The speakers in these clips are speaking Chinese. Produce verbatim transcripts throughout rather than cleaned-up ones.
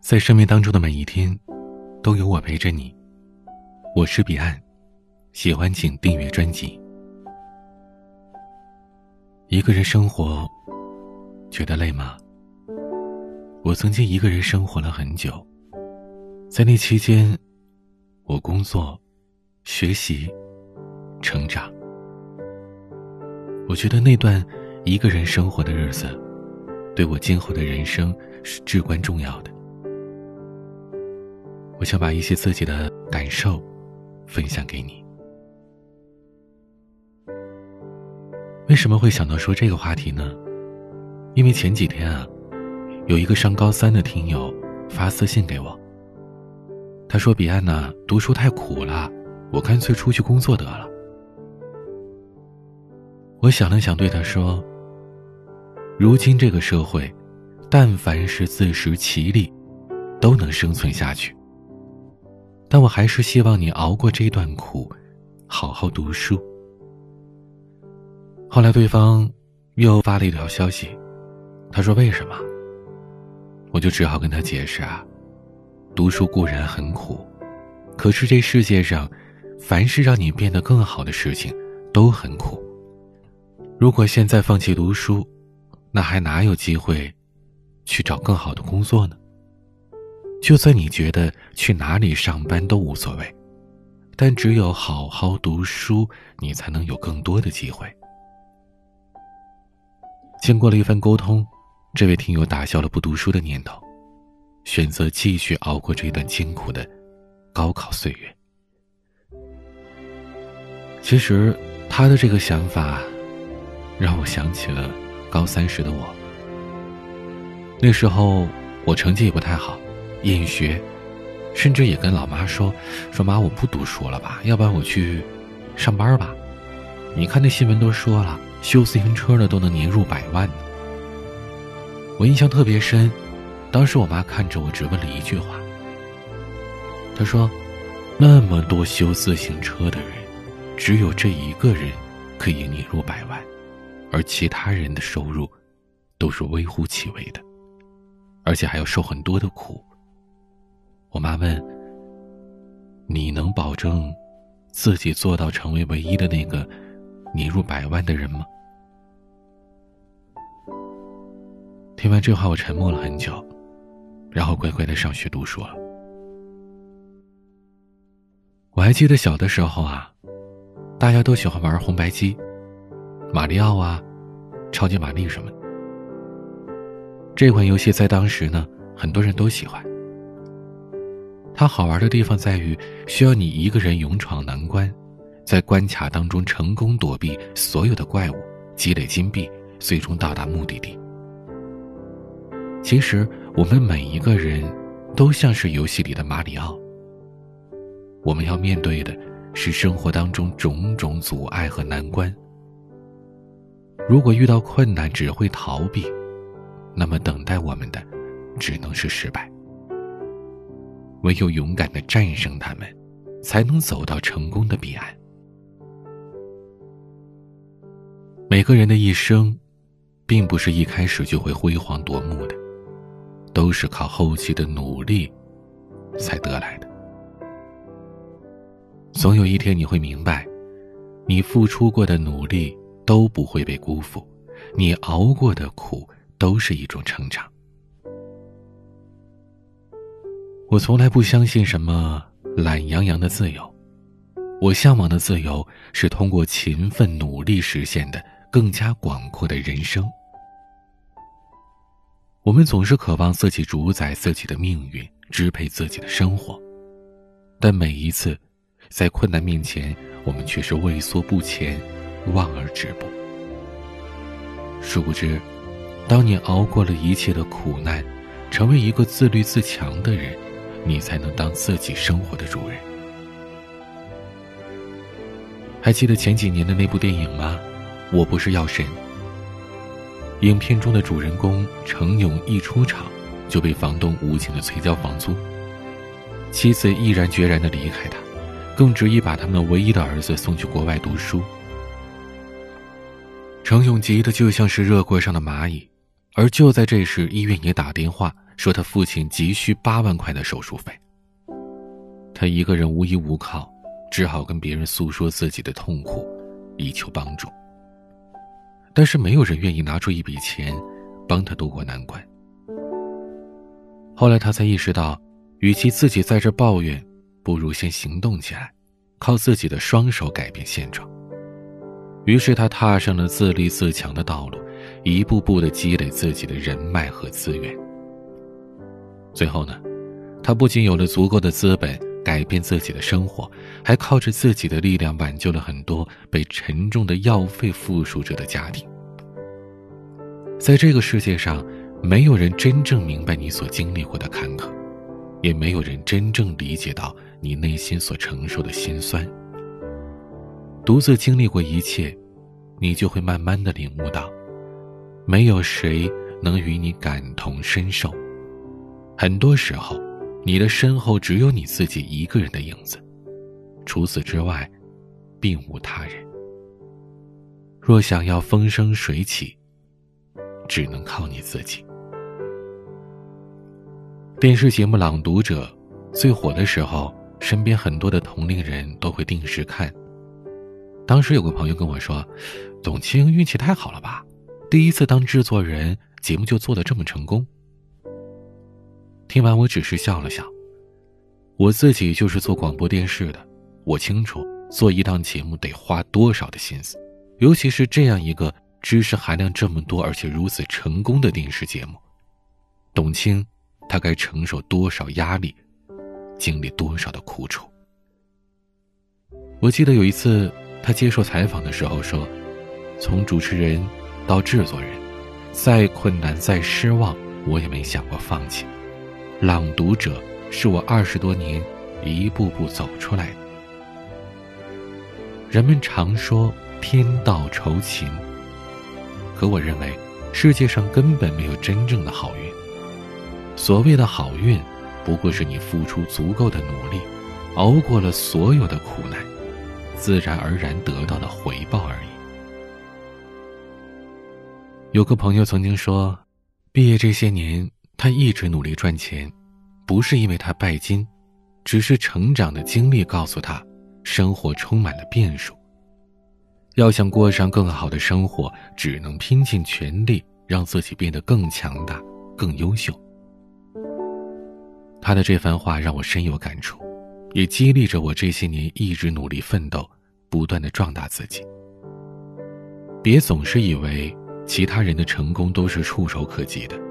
在生命当中的每一天都有我陪着你，我是彼岸，喜欢请订阅专辑。一个人生活觉得累吗？我曾经一个人生活了很久，在那期间我工作、学习、成长。我觉得那段一个人生活的日子对我今后的人生是至关重要的。我想把一些自己的感受分享给你。为什么会想到说这个话题呢？因为前几天啊，有一个上高三的听友发私信给我，他说彼岸啊，读书太苦了，我干脆出去工作得了。我想了想对他说，如今这个社会，但凡是自食其力都能生存下去，但我还是希望你熬过这段苦，好好读书。后来对方又发了一条消息，他说为什么？我就只好跟他解释啊，读书固然很苦，可是这世界上凡是让你变得更好的事情都很苦。如果现在放弃读书，那还哪有机会去找更好的工作呢？就算你觉得去哪里上班都无所谓，但只有好好读书，你才能有更多的机会。经过了一番沟通，这位听友打消了不读书的念头，选择继续熬过这段艰苦的高考岁月。其实他的这个想法让我想起了高三时的我。那时候我成绩也不太好，厌学，甚至也跟老妈说说妈，我不读书了吧，要不然我去上班吧。你看那新闻都说了，修自行车的都能年入百万呢。我印象特别深，当时我妈看着我只问了一句话，她说，那么多修自行车的人，只有这一个人可以年入百万，而其他人的收入都是微乎其微的，而且还要受很多的苦。我妈问，你能保证自己做到成为唯一的那个年入百万的人吗？听完这话，我沉默了很久，然后乖乖地上学读书了。我还记得小的时候啊，大家都喜欢玩红白机、马里奥啊、超级玛丽什么的。这款游戏在当时呢，很多人都喜欢。它好玩的地方在于，需要你一个人勇闯难关，在关卡当中成功躲避所有的怪物，积累金币，最终到达目的地。其实我们每一个人都像是游戏里的马里奥，我们要面对的是生活当中种种阻碍和难关。如果遇到困难只会逃避，那么等待我们的只能是失败。唯有勇敢地战胜他们，才能走到成功的彼岸。每个人的一生并不是一开始就会辉煌夺目的，都是靠后期的努力才得来的。总有一天你会明白，你付出过的努力都不会被辜负，你熬过的苦都是一种成长。我从来不相信什么懒洋洋的自由，我向往的自由是通过勤奋努力实现的更加广阔的人生。我们总是渴望自己主宰自己的命运，支配自己的生活，但每一次在困难面前，我们却是畏缩不前，望而止步。殊不知，当你熬过了一切的苦难，成为一个自律自强的人，你才能当自己生活的主人。还记得前几年的那部电影吗？我不是药神。影片中的主人公程勇一出场就被房东无情地催交房租，妻子毅然决然地离开他，更执意把他们唯一的儿子送去国外读书。程勇急得就像是热锅上的蚂蚁，而就在这时，医院也打电话说他父亲急需八万块的手术费。他一个人无依无靠，只好跟别人诉说自己的痛苦，以求帮助。但是没有人愿意拿出一笔钱帮他渡过难关。后来他才意识到，与其自己在这抱怨，不如先行动起来，靠自己的双手改变现状。于是他踏上了自立自强的道路，一步步地积累自己的人脉和资源。最后呢，他不仅有了足够的资本改变自己的生活，还靠着自己的力量挽救了很多被沉重的药费缚束着的家庭。在这个世界上，没有人真正明白你所经历过的坎坷，也没有人真正理解到你内心所承受的辛酸。独自经历过一切，你就会慢慢地领悟到，没有谁能与你感同身受。很多时候，你的身后只有你自己一个人的影子，除此之外，并无他人。若想要风生水起，只能靠你自己。电视节目《朗读者》最火的时候，身边很多的同龄人都会定时看。当时有个朋友跟我说，董卿运气太好了吧，第一次当制作人，节目就做得这么成功。听完我只是笑了笑，我自己就是做广播电视的，我清楚做一档节目得花多少的心思，尤其是这样一个知识含量这么多而且如此成功的电视节目，董卿她该承受多少压力，经历多少的苦楚。我记得有一次他接受采访的时候说，从主持人到制作人，再困难再失望，我也没想过放弃。朗读者是我二十多年一步步走出来的。人们常说天道酬勤，可我认为世界上根本没有真正的好运。所谓的好运，不过是你付出足够的努力，熬过了所有的苦难，自然而然得到的回报而已。有个朋友曾经说，毕业这些年他一直努力赚钱，不是因为他拜金，只是成长的经历告诉他，生活充满了变数。要想过上更好的生活，只能拼尽全力让自己变得更强大，更优秀。他的这番话让我深有感触，也激励着我这些年一直努力奋斗，不断地壮大自己。别总是以为其他人的成功都是触手可及的，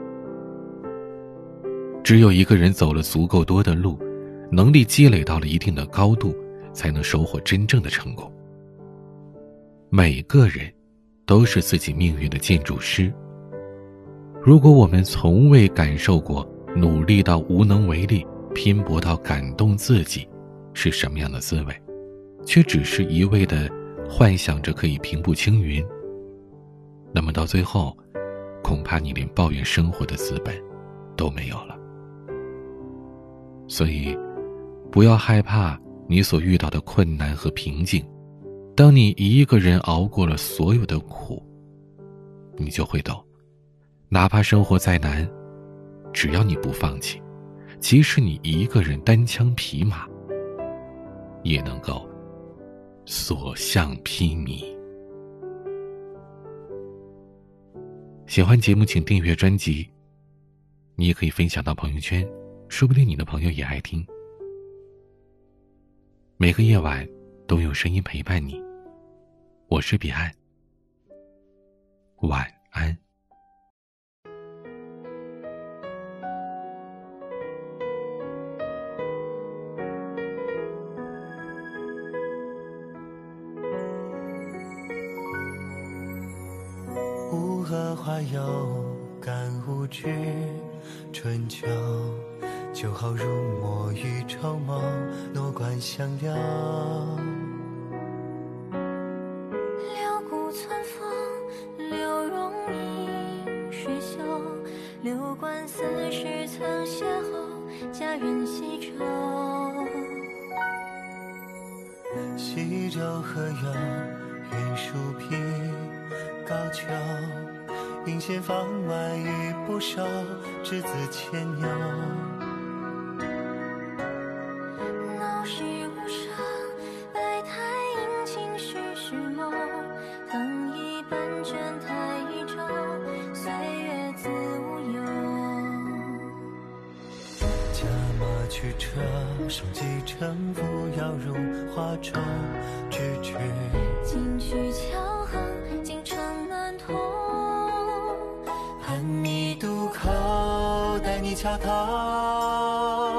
只有一个人走了足够多的路，能力积累到了一定的高度，才能收获真正的成功。每个人都是自己命运的建筑师。如果我们从未感受过努力到无能为力，拼搏到感动自己是什么样的滋味，却只是一味地幻想着可以平步青云，那么到最后，恐怕你连抱怨生活的资本都没有了。所以不要害怕你所遇到的困难和瓶颈，当你一个人熬过了所有的苦，你就会懂，哪怕生活再难，只要你不放弃，即使你一个人单枪匹马，也能够所向披靡。喜欢节目请订阅专辑，你也可以分享到朋友圈，说不定你的朋友也爱听。每个夜晚都有声音陪伴你，我是彼岸，晚安。 雾和花有感无惧，春秋就好如墨与绸缪，诺冠相吊。 六谷存风，六荣应时休，六官四时曾邂逅，佳人西洲。 西洲何有？原树皮高丘， 应线房外雨不收，稚子牵牛。 闹市无声，百态阴晴世事梦。藤椅半卷台一舟，岁月自无忧。 驾马驱车，手击城府，要入华州，句句金曲桥横，京城南通。 盼你渡口，待你恰到。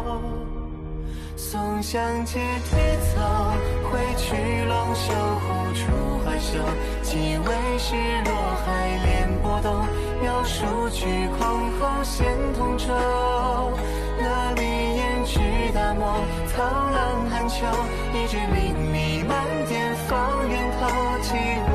松香街铁走，挥去龙袖，护出怀袖。几位是落海连波动，描述去狂后现同舟。那里胭脂大漠，苍狼寒秋，一纸淋漓满点放源头。几